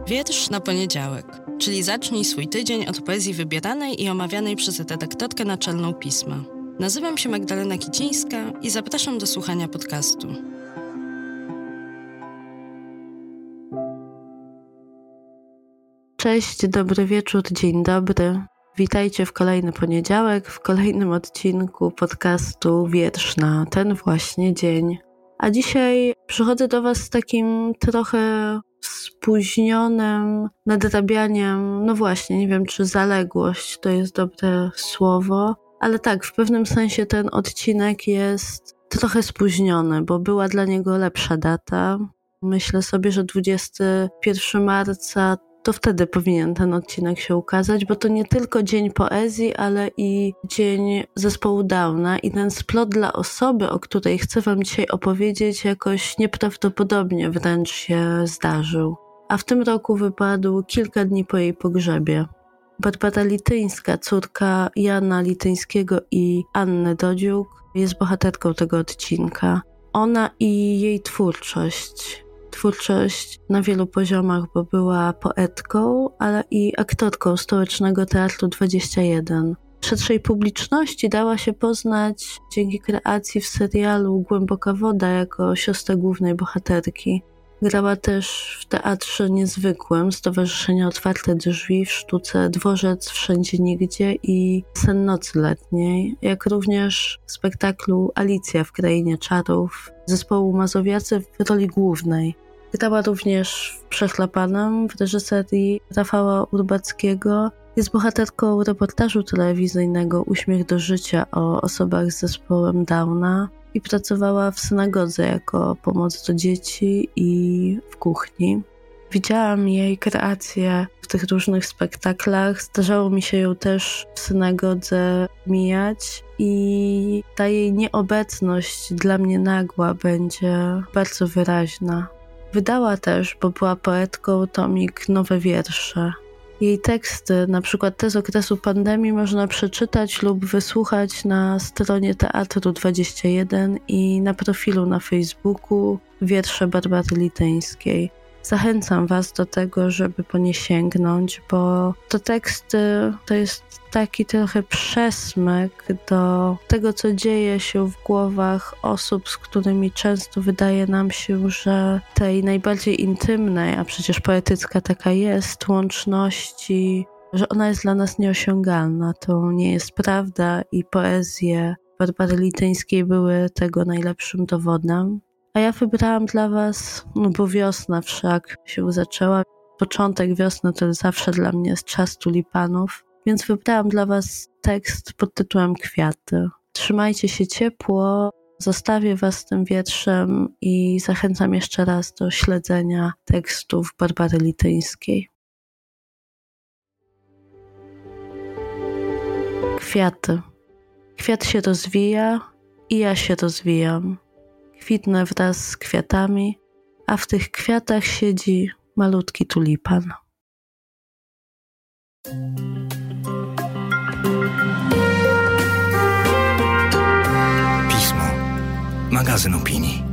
Wiersz na poniedziałek, czyli zacznij swój tydzień od poezji wybieranej i omawianej przez redaktorkę naczelną pisma. Nazywam się Magdalena Kicińska i zapraszam do słuchania podcastu. Cześć, dobry wieczór, dzień dobry. Witajcie w kolejny poniedziałek, w kolejnym odcinku podcastu Wiersz na ten właśnie dzień. A dzisiaj przychodzę do Was z takim trochę spóźnionym nadrabianiem, no właśnie, nie wiem czy zaległość to jest dobre słowo, ale tak, w pewnym sensie ten odcinek jest trochę spóźniony, bo była dla niego lepsza data. Myślę sobie, że 21 marca to wtedy powinien ten odcinek się ukazać, bo to nie tylko dzień poezji, ale i dzień zespołu Downa i ten splot dla osoby, o której chcę Wam dzisiaj opowiedzieć, jakoś nieprawdopodobnie wręcz się zdarzył. A w tym roku wypadł kilka dni po jej pogrzebie. Barbara Lityńska, córka Jana Lityńskiego i Anny Dodziuk, jest bohaterką tego odcinka. Ona i jej twórczość na wielu poziomach, bo była poetką, ale i aktorką Stołecznego Teatru 21. Szerszej publiczności dała się poznać dzięki kreacji w serialu Głęboka woda jako siostrę głównej bohaterki. Grała też w Teatrze Niezwykłym Stowarzyszenia Otwarte Drzwi, w sztuce Dworzec Wszędzie Nigdzie i Sen Nocy Letniej, jak również w spektaklu Alicja w Krainie Czarów zespołu Mazowiacy w roli głównej. Grała również w Przechlapanym w reżyserii Rafała Urbackiego. Jest bohaterką reportażu telewizyjnego Uśmiech do życia o osobach z zespołem Downa i pracowała w synagodze jako pomoc do dzieci i w kuchni. Widziałam jej kreację w tych różnych spektaklach, zdarzało mi się ją też w synagodze mijać i ta jej nieobecność dla mnie nagła będzie bardzo wyraźna. Wydała też, bo była poetką, tomik Nowe Wiersze. Jej teksty, na przykład te z okresu pandemii, można przeczytać lub wysłuchać na stronie Teatru 21 i na profilu na Facebooku Wiersze Barbary Lityńskiej. Zachęcam Was do tego, żeby po nie sięgnąć, bo to teksty to jest taki trochę przesmyk do tego, co dzieje się w głowach osób, z którymi często wydaje nam się, że tej najbardziej intymnej, a przecież poetycka taka jest, łączności, że ona jest dla nas nieosiągalna. To nie jest prawda i poezje Barbary Lityńskiej były tego najlepszym dowodem. A ja wybrałam dla Was, bo wiosna wszak się zaczęła. Początek wiosny to zawsze dla mnie jest czas tulipanów, więc wybrałam dla Was tekst pod tytułem Kwiaty. Trzymajcie się ciepło, zostawię Was tym wierszem i zachęcam jeszcze raz do śledzenia tekstów Barbary Lityńskiej. Kwiaty. Kwiat się rozwija i ja się rozwijam. Kwitnę wraz z kwiatami, a w tych kwiatach siedzi malutki tulipan. Pismo. Magazyn opinii.